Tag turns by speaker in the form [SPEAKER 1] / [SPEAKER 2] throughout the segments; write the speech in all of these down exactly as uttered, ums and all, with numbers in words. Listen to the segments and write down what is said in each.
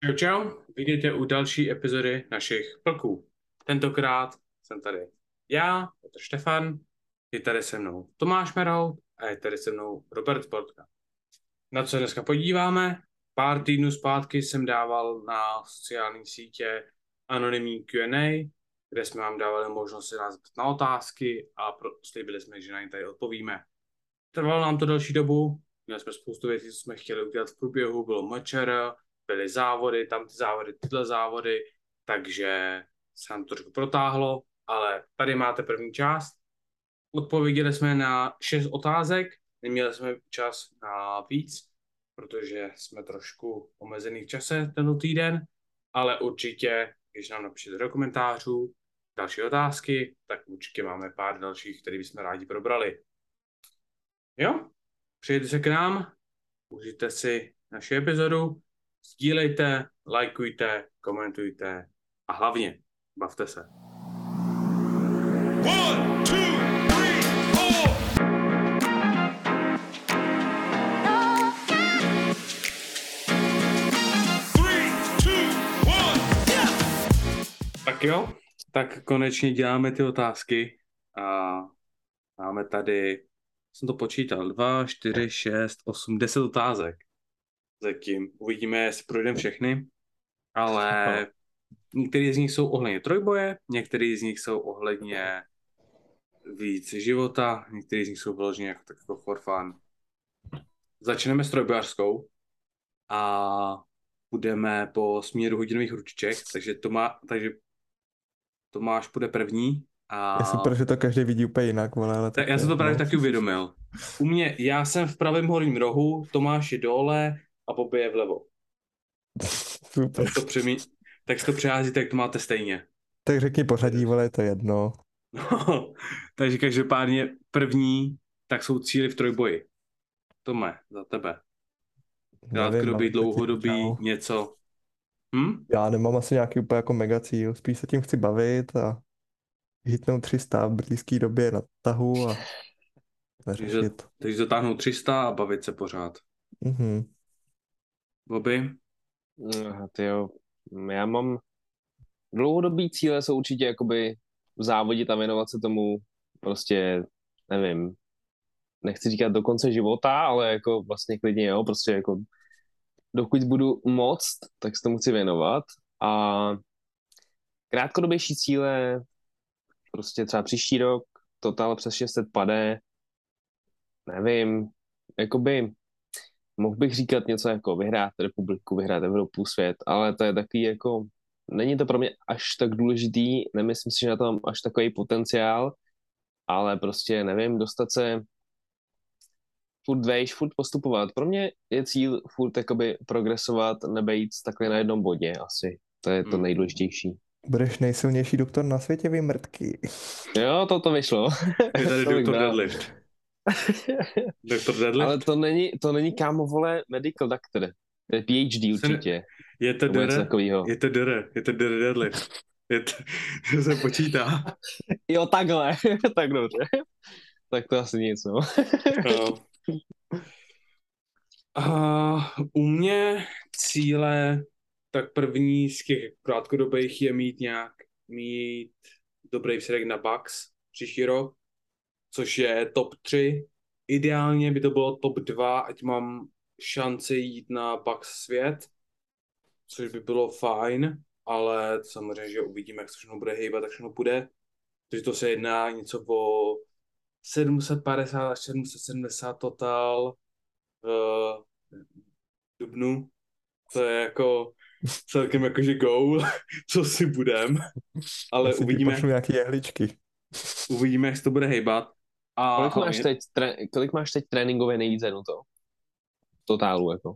[SPEAKER 1] Čau, čau, vítejte u další epizody našich plků. Tentokrát jsem tady já, Petr Štefan, je tady se mnou Tomáš Merhout a je tady se mnou Robert Sportka. Na co dneska podíváme? Pár týdnů zpátky jsem dával na sociální sítě anonymní Q and A, kde jsme vám dávali možnost se nás zeptat na otázky a pro, slíbili jsme, že na ně tady odpovíme. Trvalo nám to delší dobu, měli jsme spoustu věcí, co jsme chtěli udělat v průběhu, bylo mčr, byly závody, tam ty závody, tyhle závody, takže se nám to trošku protáhlo, ale tady máte první část. Odpověděli jsme na šest otázek, neměli jsme čas na víc, protože jsme trošku omezený v čase tento týden, ale určitě, když nám napíšete do komentářů další otázky, tak určitě máme pár dalších, které bychom rádi probrali. Jo, přijďte se k nám, užijte si naši epizodu, sdílejte, lajkujte, komentujte a hlavně bavte se.
[SPEAKER 2] One, two, three, four. Three, two, one, yeah.
[SPEAKER 1] Tak jo, tak konečně děláme ty otázky a máme tady, jsem to počítal, dva, čtyři, šest, osm, deset otázek. Zatím uvidíme, jestli projdeme všechny, ale některé z nich jsou ohledně trojboje, některé z nich jsou ohledně víc života, některé z nich jsou vyloženě jako, tak jako for fun. Začneme s trojbojařskou a budeme po směru hodinových ručiček, takže, to má, takže Tomáš bude první. A...
[SPEAKER 3] Je super, že to každý vidí úplně jinak, vole, ale
[SPEAKER 1] tak já jsem to právě taky uvědomil. U mě, já jsem v pravém horním rohu, Tomáš je dole a Bobby je vlevo.
[SPEAKER 3] Super.
[SPEAKER 1] Tak to, přemí... tak to přeházíte, jak to máte stejně.
[SPEAKER 3] Tak řekni pořadí, vole, je to jedno.
[SPEAKER 1] No, takže každopádně první, tak jsou cíly v trojboji. Tome, za tebe. Krátkodobý, dlouhodobý, něco. Hm?
[SPEAKER 3] Já nemám asi nějaký úplně jako mega cíl, spíš se tím chci bavit a hitnout tři sta v blízké době na tahu a neřešit.
[SPEAKER 1] Takže zatáhnout tři sta a bavit se pořád.
[SPEAKER 3] Mhm.
[SPEAKER 1] Bobby?
[SPEAKER 4] Aha, tyjo, já mám dlouhodobý cíle, jsou určitě jakoby závodit a věnovat se tomu prostě, nevím, nechci říkat do konce života, ale jako vlastně klidně jo, prostě jako dokud budu moct, tak se tomu chci věnovat a krátkodobější cíle, prostě třeba příští rok, total přes šest set pade, nevím, jakoby mohl bych říkat něco jako vyhrát republiku, vyhrát Evropu, svět, ale to je takový jako, není to pro mě až tak důležitý, nemyslím si, že na to mám až takový potenciál, ale prostě nevím, dostat se furt vejš, furt postupovat. Pro mě je cíl furt jakoby progresovat, nebejít takhle na jednom bodě asi. To je to nejdůležitější.
[SPEAKER 3] Budeš nejsilnější doktor na světě, vy mrtky.
[SPEAKER 4] Jo, to to vyšlo.
[SPEAKER 1] Je tady doktor Deadlift. Doktor Deadlift?
[SPEAKER 4] Ale to není, to není kámo, vole, medical doctor. To je P H D určitě.
[SPEAKER 1] Je to D R? Je to D R, je to D R Deadlift. Je to, to se počítá.
[SPEAKER 4] Jo, takhle. Tak dobře. Tak to asi nic, no.
[SPEAKER 1] no. Uh, u mě cíle, tak první z těch krátkodobých je mít nějak, mít dobrý výsledek na Bucks příští rok, což je top tři. Ideálně by to bylo top dva, ať mám šanci jít na Bucks svět, což by bylo fajn, ale samozřejmě, že uvidíme, jak se všechno bude hejbat, tak všechno bude. Takže to se jedná něco o sedm set padesát až sedm set sedmdesát total v dubnu. To je jako celkem jakože goal, co si budem, ale
[SPEAKER 3] Asi
[SPEAKER 1] uvidíme.
[SPEAKER 3] Pošlu nějaký jehličky.
[SPEAKER 1] Uvidíme, jak se to bude hejbat. A
[SPEAKER 4] kolik, máš teď, tré, kolik máš teď tréninkově nejvíce, no to? Totálu, jako.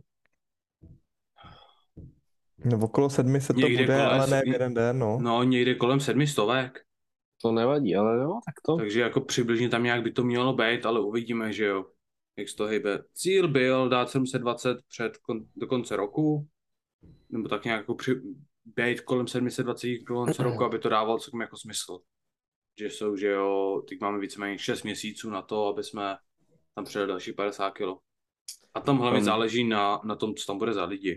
[SPEAKER 3] No okolo sedmi se to
[SPEAKER 1] někde
[SPEAKER 3] bude,
[SPEAKER 1] kolem,
[SPEAKER 3] ale ne v jeden den, no.
[SPEAKER 1] No, někde kolem sedmi stovek.
[SPEAKER 4] To nevadí, ale jo, tak to.
[SPEAKER 1] Takže jako přibližně tam nějak by to mělo být, ale uvidíme, že jo. Jak se to hejbe. Cíl byl dát sedm set dvacet před kon, do konce roku, nebo tak nějak jako při, být kolem sedm set dvacet do konce roku, aby to dávalo celkem jako smysl. Že jsou, že jo, teď máme víceméně šest měsíců na to, aby jsme tam přidali další padesát kilo. A tam hlavně
[SPEAKER 4] um.
[SPEAKER 1] záleží na, na tom, co tam bude za lidi.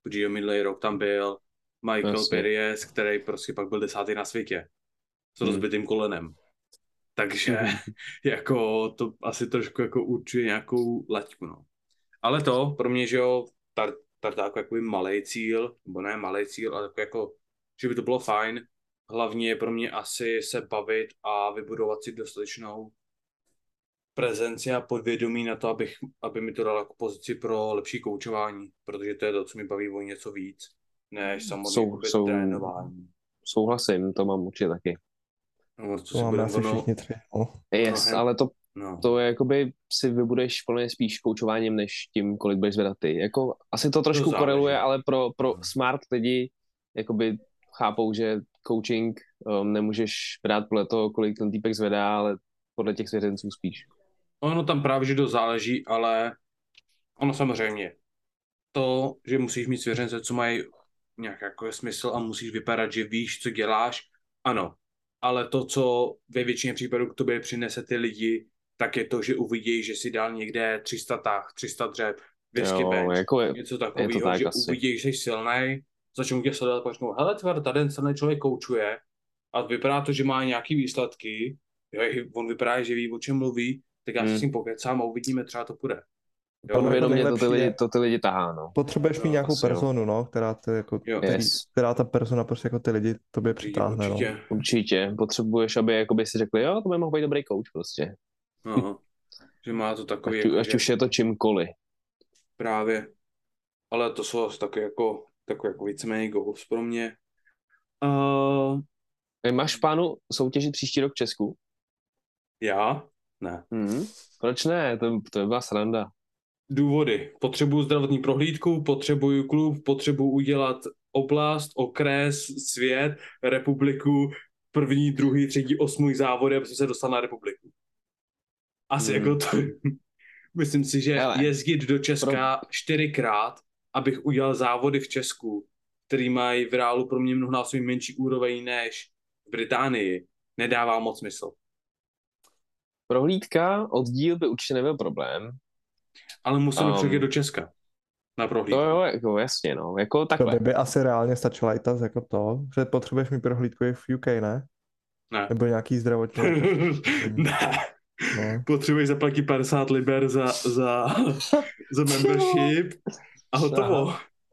[SPEAKER 1] protože minulý rok tam byl Michael
[SPEAKER 4] Jasně.
[SPEAKER 1] Perez, který prostě pak byl desátý na světě s rozbitým kolenem. Takže jako to asi trošku jako určuje nějakou laťku, no. Ale to pro mě, že jo, tar, tar jako jakoby malej cíl, nebo ne malej cíl, ale jako, jako, že by to bylo fajn. Hlavně je pro mě asi se bavit a vybudovat si dostatečnou prezenci a podvědomí na to, abych, aby mi to dalo jako pozici pro lepší koučování, protože to je to, co mi baví o něco víc, než samotné
[SPEAKER 4] Sou,
[SPEAKER 1] jakoby
[SPEAKER 4] sou,
[SPEAKER 1] trénování.
[SPEAKER 4] souhlasím, to mám určitě taky.
[SPEAKER 1] No, co
[SPEAKER 3] To
[SPEAKER 1] si
[SPEAKER 3] máme
[SPEAKER 1] budeme
[SPEAKER 3] asi
[SPEAKER 1] ono...
[SPEAKER 3] všichni tři. No.
[SPEAKER 4] Yes,
[SPEAKER 1] No,
[SPEAKER 4] ale to,
[SPEAKER 1] No.
[SPEAKER 4] to je jakoby si vybudeš plně spíš koučováním, než tím, kolik budeš zvedat ty. Jako, asi to trošku
[SPEAKER 1] záleží.
[SPEAKER 4] koreluje, ale pro, pro
[SPEAKER 1] No.
[SPEAKER 4] smart lidi jakoby chápou, že coaching um, nemůžeš brát podle toho, kolik ten týpek zvedá, ale podle těch svěřenců spíš.
[SPEAKER 1] Ono tam právě, že to záleží, ale ono samozřejmě. To, že musíš mít svěřence, co mají nějak jako smysl a musíš vypadat, že víš, co děláš, ano. Ale to, co ve většině případů k tobě přinese ty lidi, tak je to, že uvidí, že si dal někde tři sta tah, tři sta dřep, dvě stě
[SPEAKER 4] Jo,
[SPEAKER 1] bench,
[SPEAKER 4] jako je-
[SPEAKER 1] něco
[SPEAKER 4] je to
[SPEAKER 1] takového,
[SPEAKER 4] tak
[SPEAKER 1] že
[SPEAKER 4] asi.
[SPEAKER 1] uvidí, že jsi silnej, začnou tě sledovat, pak řeknou, hele, tvar, tady ten silný člověk koučuje a vypadá to, že má nějaký výsledky, jo, i on vypadá, že ví, o čem mluví, tak já
[SPEAKER 4] Hmm.
[SPEAKER 1] si s ním pokecám a uvidíme, třeba to půjde. Jo,
[SPEAKER 3] Podle mě
[SPEAKER 4] Podvědomě to ty
[SPEAKER 3] nejlepší
[SPEAKER 4] lidi,
[SPEAKER 3] je-
[SPEAKER 4] to ty lidi tahá, no.
[SPEAKER 3] Potřebuješ mít
[SPEAKER 1] Jo,
[SPEAKER 3] nějakou
[SPEAKER 4] asi jo.
[SPEAKER 3] personu, no, která, ty, jako,
[SPEAKER 1] Jo.
[SPEAKER 3] který,
[SPEAKER 4] Yes.
[SPEAKER 3] která ta persona prostě jako ty lidi tobě přitáhne, no.
[SPEAKER 1] určitě.
[SPEAKER 4] Určitě. Potřebuješ, aby jakoby si řekli, jo, to by mohl být dobrý coach prostě.
[SPEAKER 1] Aha. Že má to takový,
[SPEAKER 4] Ať,
[SPEAKER 1] jako,
[SPEAKER 4] ať
[SPEAKER 1] že
[SPEAKER 4] už je to čímkoliv.
[SPEAKER 1] právě, ale to jsou asi taky jako, takový jako víceméně goals pro mě. Uh,
[SPEAKER 4] Ty máš v plánu soutěžit příští rok v Česku?
[SPEAKER 1] já? Ne.
[SPEAKER 4] Hmm. Proč ne? To, to by byla sranda.
[SPEAKER 1] Důvody. Potřebuju zdravotní prohlídku, potřebuju klub, potřebuju udělat oblast, okres, svět, republiku, první, druhý, třetí, osmý závody, aby jsem se dostal na republiku. Asi
[SPEAKER 4] Hmm.
[SPEAKER 1] jako to... Myslím si, že
[SPEAKER 4] Hele,
[SPEAKER 1] jezdit do Česka čtyřikrát, abych udělal závody v Česku, který mají v reálu pro mě mnohonásobně menší úroveň než v Británii, nedává moc smysl.
[SPEAKER 4] Prohlídka, oddíl by určitě nebyl problém.
[SPEAKER 1] Ale musím
[SPEAKER 4] Um,
[SPEAKER 1] um, do Česka na prohlídku.
[SPEAKER 4] To jo, jako jasně, no. Jako
[SPEAKER 3] To
[SPEAKER 4] takhle.
[SPEAKER 3] by, by asi reálně stačila i ta jako to, že potřebuješ mít prohlídku i v U K, ne?
[SPEAKER 1] Ne.
[SPEAKER 3] Nebo nějaký zdravotní.
[SPEAKER 1] ne.
[SPEAKER 3] No.
[SPEAKER 1] Potřebuješ zaplatit padesát liber za, za, za membership a hotovo.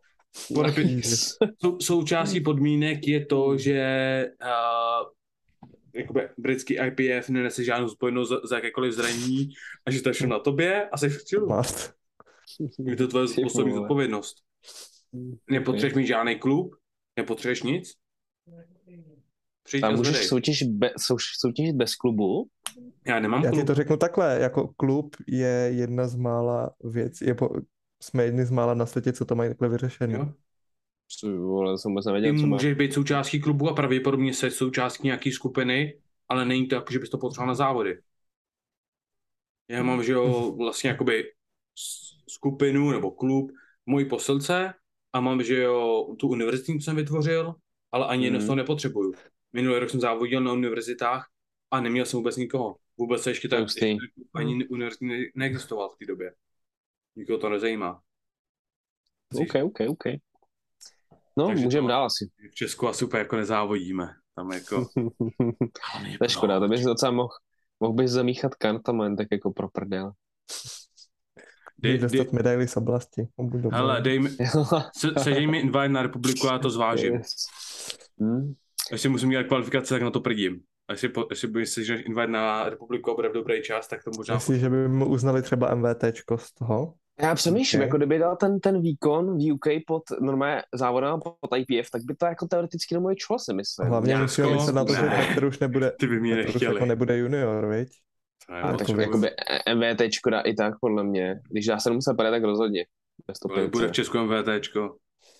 [SPEAKER 4] Nice.
[SPEAKER 1] Sou, součástí podmínek je to, že uh, jakoby britský I P F nenese žádnou zodpovědnost za, za jakékoliv zranění a že to je všechno na tobě a jsi v chillu.
[SPEAKER 3] Máš.
[SPEAKER 1] Je to tvoje
[SPEAKER 4] Ty
[SPEAKER 1] osobní
[SPEAKER 4] vole.
[SPEAKER 1] zodpovědnost. Nepotřebuješ mít žádný klub, nepotřebuješ nic. Přijď
[SPEAKER 4] Tam
[SPEAKER 1] a
[SPEAKER 4] můžeš
[SPEAKER 1] zvedej.
[SPEAKER 4] soutěžit, be, sou, soutěžit bez klubu.
[SPEAKER 1] Já nemám
[SPEAKER 3] Já ti
[SPEAKER 1] klub.
[SPEAKER 3] to řeknu takhle, jako klub je jedna z mála věcí, je po, jsme jedni z mála na světě, co to mají takhle vyřešený.
[SPEAKER 1] Jo?
[SPEAKER 4] Co, vole, jsem vůbec
[SPEAKER 1] Ty
[SPEAKER 4] nevěděl, co má.
[SPEAKER 1] můžeš být součástí klubu a pravděpodobně se součástí nějaký skupiny, ale není to jako, že bys to potřeboval na závody. Já mám, že jo, vlastně jakoby s- skupinu nebo klub v mojí posilce a mám, že jo, tu univerzitu jsem vytvořil, ale ani jedno
[SPEAKER 4] Mhm.
[SPEAKER 1] z toho nepotřebuju. Minulý rok jsem závodil na univerzitách a neměl jsem vůbec nikoho. Vůbec se ještě tak
[SPEAKER 4] Hustý.
[SPEAKER 1] ještě ani univerzita ne- neexistoval v té době. Nikoho to nezajímá.
[SPEAKER 4] OK, OK, OK. No,
[SPEAKER 1] Takže
[SPEAKER 4] můžeme
[SPEAKER 1] to-
[SPEAKER 4] dál asi.
[SPEAKER 1] V Česku asi úplně jako nezávodíme. Tam jako...
[SPEAKER 4] To je škoda, to bys docela mohl, mohl bys zamíchat kartama jen tak jako pro prdel.
[SPEAKER 1] Dej,
[SPEAKER 3] Můžeš
[SPEAKER 1] dej,
[SPEAKER 3] dostat medaily z oblasti. No, buď dobře.
[SPEAKER 1] hele, dej mi, se, sežej mi invite na republiku a já to zvážím.
[SPEAKER 4] Yes. Hm?
[SPEAKER 1] Jestli musím dělat kvalifikace, tak na to prdím. A jestli, po, jestli by si invite na republiku a bude v dobrý čas, tak to možná...
[SPEAKER 3] Myslíš, že by mu uznali třeba MVTčko z toho?
[SPEAKER 4] Já přemýšlím,
[SPEAKER 3] Ok.
[SPEAKER 4] jako kdyby dal ten, ten výkon v U K pod normálně závodem pod I P F, tak by to jako teoreticky nemohlo šlo, si myslím.
[SPEAKER 3] Hlavně
[SPEAKER 1] Nějak
[SPEAKER 3] musíme
[SPEAKER 1] to-
[SPEAKER 3] myslet na to, že
[SPEAKER 1] ne.
[SPEAKER 3] Petr už nebude,
[SPEAKER 1] Ty by mě
[SPEAKER 3] Petr už
[SPEAKER 1] nechtěli.
[SPEAKER 3] jako nebude junior, viď?
[SPEAKER 1] To je
[SPEAKER 4] A
[SPEAKER 1] moc
[SPEAKER 4] tak
[SPEAKER 3] jako
[SPEAKER 4] jakoby MVTčko dá i tak, podle mě. Když dá se musel padat, tak rozhodně. Bez to
[SPEAKER 1] Kolik bude v Česku MVTčko?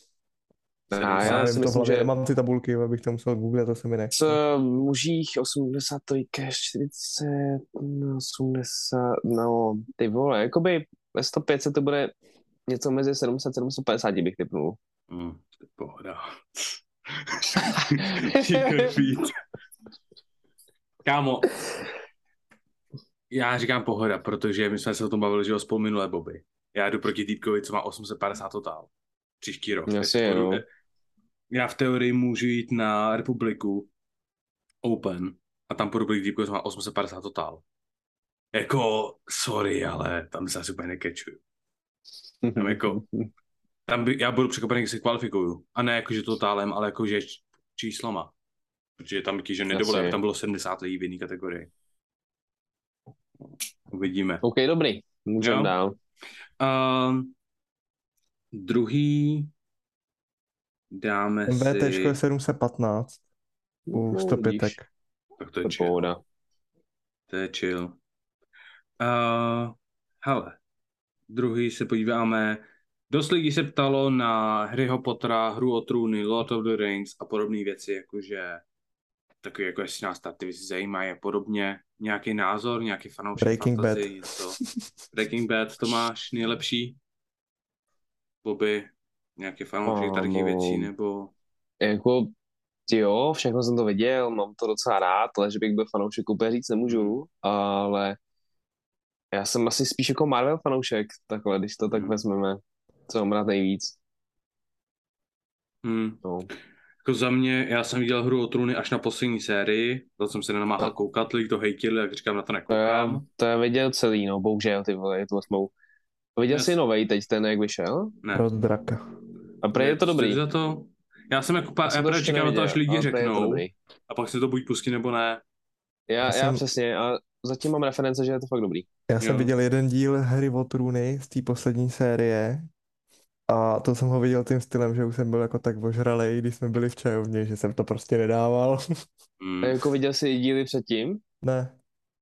[SPEAKER 4] A
[SPEAKER 1] Sedm
[SPEAKER 4] já
[SPEAKER 1] set.
[SPEAKER 3] Já
[SPEAKER 4] si
[SPEAKER 3] nevím, to
[SPEAKER 4] myslím,
[SPEAKER 3] hlavně
[SPEAKER 4] že-
[SPEAKER 3] nemám ty tabulky, abych to musel googlit, to se mi nechce.
[SPEAKER 4] Co mužích osmdesát, čtyřicet, osmdesát, no ty vole, jakoby ve sto pět to bude něco mezi sedm set a sedm set padesát bych typnul.
[SPEAKER 1] Hmm, to je pohoda. Chicken feet. Kámo, já říkám pohoda, protože my jsme se o tom bavili, že ho spolu minulé Bobby. Já jdu proti týpkovi, co má osm set padesát totál. příští rok.
[SPEAKER 4] Jasně,
[SPEAKER 1] Jako,
[SPEAKER 4] no.
[SPEAKER 1] Já v teorii můžu jít na Republiku Open a tam po Republic Deep má osm set padesát totál. Jako, sorry, ale tam se asi úplně nekečuju. Tam jako, tam by, já budu překvapený, když se kvalifikuju. A ne jako, že totálem, ale jako, že č- číslama. Protože tam taky, že nedovolí, aby tam bylo sedmdesát lidí v jiné kategorii. Uvidíme.
[SPEAKER 4] OK, dobrý. Můžeme
[SPEAKER 1] Jo.
[SPEAKER 4] dál.
[SPEAKER 1] Uh, druhý dáme
[SPEAKER 3] VT
[SPEAKER 1] si...
[SPEAKER 3] je sedm set patnáct u
[SPEAKER 4] No,
[SPEAKER 3] sto pět.
[SPEAKER 4] vidíš.
[SPEAKER 1] Tak to je
[SPEAKER 4] To je
[SPEAKER 1] chill.
[SPEAKER 4] pohoda.
[SPEAKER 1] To je chill. Uh, hele, druhý se podíváme. Dost lidí se ptalo na Harryho Pottera, Hru o trůny, Lord of the Rings a podobné věci, jakože takový, jako jestli nás ty věci zajímají a podobně. Nějaký názor, nějaký fanoušek
[SPEAKER 3] Breaking
[SPEAKER 1] fantasy,
[SPEAKER 3] Bad.
[SPEAKER 1] něco. Breaking Bad, to máš nejlepší? Bobby, nějaký fanoušek tady těch
[SPEAKER 4] Um,
[SPEAKER 1] věcí, nebo...
[SPEAKER 4] Jako, jo, všechno jsem to viděl, mám to docela rád, ale že bych byl fanoušek úplně říct nemůžu, ale já jsem asi spíš jako Marvel fanoušek, takhle, když to tak
[SPEAKER 1] Hmm.
[SPEAKER 4] vezmeme, co mám rád nejvíc.
[SPEAKER 1] Hmm.
[SPEAKER 4] No.
[SPEAKER 1] Jako za mě, já jsem viděl Hru o trůny až na poslední sérii, to jsem se nenamáhal
[SPEAKER 4] No.
[SPEAKER 1] koukat, lidi to hejtili, jak říkám, na to
[SPEAKER 4] To já,
[SPEAKER 1] nekoukám.
[SPEAKER 4] to já viděl celý, no, bohužel, ty vole, je to osmou. Viděl
[SPEAKER 1] Yes.
[SPEAKER 4] jsi novej teď ten, jak vyšel?
[SPEAKER 1] Ne.
[SPEAKER 3] Rod draka.
[SPEAKER 4] A prej je to dobrý.
[SPEAKER 1] Stojí za to? Já jsem jako, pár,
[SPEAKER 4] Já jsem
[SPEAKER 1] já
[SPEAKER 4] to
[SPEAKER 1] právě
[SPEAKER 4] ještě
[SPEAKER 1] čekám na to,
[SPEAKER 4] neviděl,
[SPEAKER 1] až lidi
[SPEAKER 4] ale prej je to
[SPEAKER 1] řeknou
[SPEAKER 4] dobrý.
[SPEAKER 1] a pak si to buď pustí nebo ne.
[SPEAKER 4] Já,
[SPEAKER 3] Já
[SPEAKER 4] já,
[SPEAKER 3] jsem-
[SPEAKER 4] přesně, a zatím mám reference, že je to fakt dobrý.
[SPEAKER 3] Já jsem
[SPEAKER 1] Jo.
[SPEAKER 3] viděl jeden díl Harry o trůny z té poslední série a to jsem ho viděl tím stylem, že už jsem byl jako tak ožralej, když jsme byli v čajovně, že jsem to prostě nedával.
[SPEAKER 1] Hmm.
[SPEAKER 4] A jako viděl jsi i díly předtím?
[SPEAKER 3] Ne,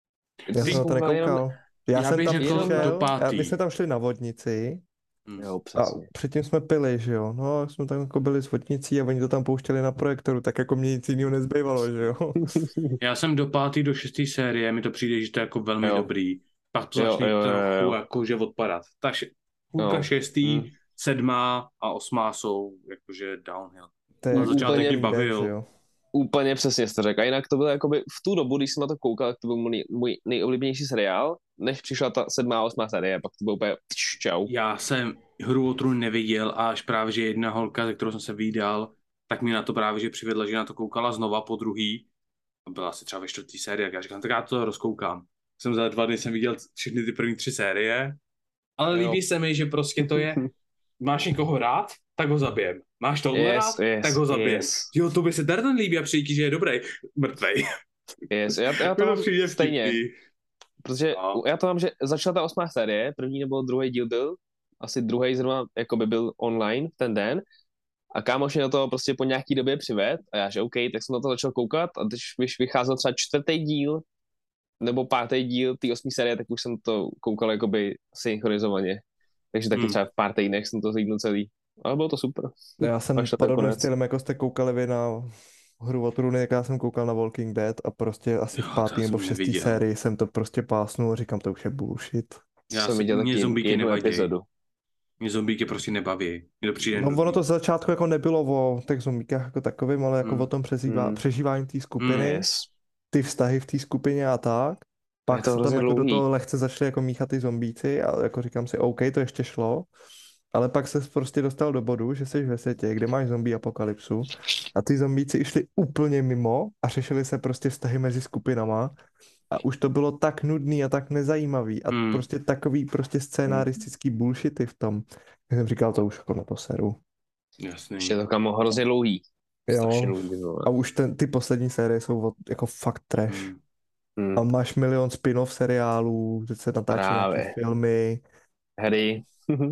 [SPEAKER 3] já
[SPEAKER 4] Ty
[SPEAKER 3] jsem na to
[SPEAKER 4] jsi koukal jenom-
[SPEAKER 3] nekoukal. Já,
[SPEAKER 1] Já
[SPEAKER 3] jsem
[SPEAKER 1] bych
[SPEAKER 3] tam
[SPEAKER 1] řekl
[SPEAKER 3] přišel,
[SPEAKER 1] do pátý.
[SPEAKER 3] a my jsme tam šli na vodnici
[SPEAKER 1] Hmm.
[SPEAKER 4] Jo,
[SPEAKER 3] a
[SPEAKER 4] přesně.
[SPEAKER 3] předtím jsme pili, že jo. No, jsme tam jako byli s vodnicí a oni to tam pouštěli na projektoru, tak jako mě nic jiného nezbývalo, že jo.
[SPEAKER 1] Já jsem do pátý, do šestý série, mi to přijde, že to je jako velmi
[SPEAKER 4] Jo.
[SPEAKER 1] dobrý. Pak to
[SPEAKER 4] Jo,
[SPEAKER 1] začne
[SPEAKER 4] jo, jo,
[SPEAKER 1] trochu
[SPEAKER 4] jo.
[SPEAKER 1] jakože odpadat. Ta še- půlka
[SPEAKER 4] Jo.
[SPEAKER 1] šestý,
[SPEAKER 4] Hmm.
[SPEAKER 1] sedmá a osmá jsou jakože downhill.
[SPEAKER 3] To je
[SPEAKER 1] Na
[SPEAKER 3] jako
[SPEAKER 1] začátek
[SPEAKER 4] mě
[SPEAKER 3] Walking Dead,
[SPEAKER 1] bavil.
[SPEAKER 3] že jo.
[SPEAKER 4] Úplně přesně jsi to řekl. A jinak to bylo jakoby v tu dobu, když jsem na to koukal, tak to byl můj, můj nejoblíbenější seriál, než přišla ta sedmá, osmá série, pak to bylo úplně tš, čau.
[SPEAKER 1] Já jsem Hru o trůny neviděl a až právě, že jedna holka, se kterou jsem se vídal, tak mi na to právě, že přivedla, že na to koukala znova po druhý. A byla asi třeba ve čtvrtý sérii, jak já říkám, tak já to rozkoukám. Jsem za dva dny jsem viděl všechny ty první tři série, ale
[SPEAKER 4] Jo.
[SPEAKER 1] líbí se mi, že prostě to je, máš někoho rád, tak ho zabijem. Máš tohle
[SPEAKER 4] Yes,
[SPEAKER 1] rád,
[SPEAKER 4] yes,
[SPEAKER 1] tak ho zabijem.
[SPEAKER 4] yes.
[SPEAKER 1] Jo, to by se tady ten líbí a přijde, že je dobrý. Mrtvej.
[SPEAKER 4] Yes, já, já to
[SPEAKER 1] To
[SPEAKER 4] mám
[SPEAKER 1] přijde
[SPEAKER 4] stejně,
[SPEAKER 1] vtipný.
[SPEAKER 4] protože
[SPEAKER 1] No.
[SPEAKER 4] já to mám, že začala ta osmá série, první nebo druhý díl byl, asi druhý zrovna jako by byl online v ten den, a kámoš mě na to prostě po nějaký době přived a já, že OK, tak jsem na to začal koukat a když když vycházel třeba čtvrtý díl nebo pátý díl té osmé série, tak už jsem to koukal jakoby synchronizovaně. Takže taky
[SPEAKER 1] Hmm.
[SPEAKER 4] třeba v pár týdnech jsem to zhlídnul celý. Ale bylo to super.
[SPEAKER 3] Já jsem
[SPEAKER 4] Až na ten
[SPEAKER 3] podobným
[SPEAKER 4] konec.
[SPEAKER 3] stylem, jako jste koukali vy na Hru o trůny, jak já jsem koukal na Walking Dead a prostě asi
[SPEAKER 1] Jo,
[SPEAKER 3] v
[SPEAKER 1] to
[SPEAKER 3] pátý
[SPEAKER 1] já
[SPEAKER 3] nebo v
[SPEAKER 1] jsem
[SPEAKER 3] šestý
[SPEAKER 1] neviděl.
[SPEAKER 3] sérii jsem to prostě pásnul, říkám, to už je bullshit.
[SPEAKER 1] Já
[SPEAKER 4] jsem
[SPEAKER 1] si-
[SPEAKER 4] viděl
[SPEAKER 1] mě
[SPEAKER 4] taky
[SPEAKER 1] zombíky
[SPEAKER 4] jednu
[SPEAKER 1] nevadí.
[SPEAKER 4] epizodu.
[SPEAKER 1] Mě zombíky prostě nebaví. Mě to přijde
[SPEAKER 3] No
[SPEAKER 1] nudný.
[SPEAKER 3] ono to z začátku jako nebylo o těch zombíkách jako takovým, ale jako
[SPEAKER 1] Hmm.
[SPEAKER 3] o tom přežívá,
[SPEAKER 4] Hmm.
[SPEAKER 3] přežívání té skupiny,
[SPEAKER 4] Yes.
[SPEAKER 3] ty vztahy v té skupině a tak.
[SPEAKER 4] Je
[SPEAKER 3] Pak
[SPEAKER 4] to
[SPEAKER 3] se tam
[SPEAKER 4] hrozně
[SPEAKER 3] jako do
[SPEAKER 4] dlouhý.
[SPEAKER 3] toho lehce začaly jako míchat ty zombíci a jako říkám si, OK, to ještě šlo. Ale pak se prostě dostal do bodu, že jsi ve světě, kde máš zombie apokalypsu a ty zombíci šli úplně mimo a řešili se prostě vztahy mezi skupinama a už to bylo tak nudný a tak nezajímavý a
[SPEAKER 1] Hmm.
[SPEAKER 3] prostě takový prostě scénaristický bullshity v tom. Já jsem říkal, to už jako na to seru.
[SPEAKER 1] Jasný.
[SPEAKER 4] Ještě to kam hrozně dlouhý. Strašně
[SPEAKER 3] Jo,
[SPEAKER 4] dlouhý. vole.
[SPEAKER 3] a už ten, ty poslední série jsou od, jako fakt trash.
[SPEAKER 1] Hmm.
[SPEAKER 4] Hmm.
[SPEAKER 3] A máš milion spin-off seriálů, teď se natáčí
[SPEAKER 4] Právě.
[SPEAKER 3] nějaký filmy
[SPEAKER 4] Hry.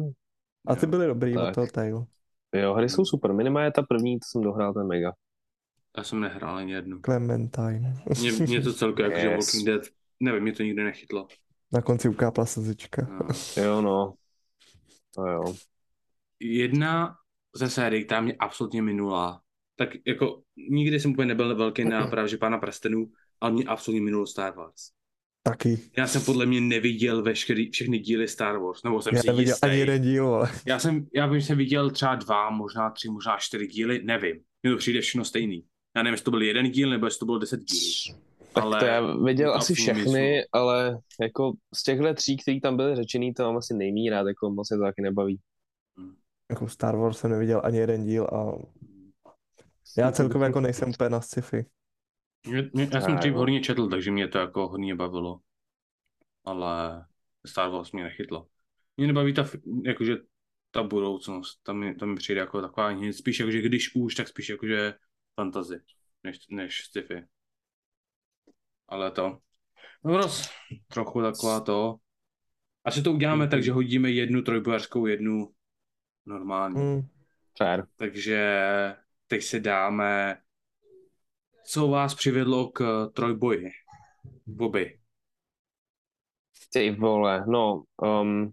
[SPEAKER 3] a ty
[SPEAKER 1] Jo,
[SPEAKER 3] byly dobrý od
[SPEAKER 4] tak.
[SPEAKER 3] Telltale.
[SPEAKER 4] Jo, hry jsou super. Minimálně ta první, to jsem dohrál, ten mega.
[SPEAKER 1] Já jsem nehrál ani jednu.
[SPEAKER 3] Clementine.
[SPEAKER 1] Mě, mě to celkově jako, že
[SPEAKER 4] Yes.
[SPEAKER 1] Walking Dead, nevím, mě to nikdy nechytlo.
[SPEAKER 3] Na konci ukápla slzička.
[SPEAKER 1] No.
[SPEAKER 4] Jo, no. To jo.
[SPEAKER 1] Jedna ze sérií, která mě absolutně minula, tak jako nikdy jsem úplně nebyl velký na právě že Pána prstenů, ale mě absolutně minulo Star Wars.
[SPEAKER 3] Taky.
[SPEAKER 1] Já jsem podle mě neviděl veškerý, všechny díly Star Wars, nebo jsem
[SPEAKER 3] Já
[SPEAKER 1] si
[SPEAKER 3] neviděl
[SPEAKER 1] jistý.
[SPEAKER 3] ani jeden díl, ale
[SPEAKER 1] Já jsem, já vím, že jsem viděl třeba dva, možná tři, možná čtyři díly, nevím. Mně to přijde všechno stejný. Já nevím, jestli to byl jeden díl, nebo jestli to bylo deset dílů.
[SPEAKER 4] Tak
[SPEAKER 1] Ale
[SPEAKER 4] to já viděl
[SPEAKER 1] to
[SPEAKER 4] asi
[SPEAKER 1] absolutně
[SPEAKER 4] všechny,
[SPEAKER 1] nejsou.
[SPEAKER 4] ale jako z těchto tří, který tam byly řečený, to mám asi nejmíň rád, jako moc se to taky nebaví.
[SPEAKER 3] jako Star Wars jsem neviděl ani jeden díl a já celkově jako nejsem úplně na sci-fi.
[SPEAKER 1] Mě, mě, já jsem
[SPEAKER 4] Tak,
[SPEAKER 1] dřív
[SPEAKER 4] no.
[SPEAKER 1] hodně četl, takže mě to jako hodně bavilo. Ale Star Wars mě nechytlo. Mě nebaví ta, fi- jakože ta budoucnost, tam mi, tam mi přijde jako taková nic, spíš jakože když už, tak spíš jakože fantasy, než, než sci-fi. Ale to, no roz, trochu taková to. Asi to uděláme tak, že hodíme jednu trojbojařskou, jednu normální.
[SPEAKER 3] Hmm.
[SPEAKER 4] Fair.
[SPEAKER 1] Takže teď si dáme, co vás přivedlo k trojboji, Bobby.
[SPEAKER 4] Ty vole, no, um,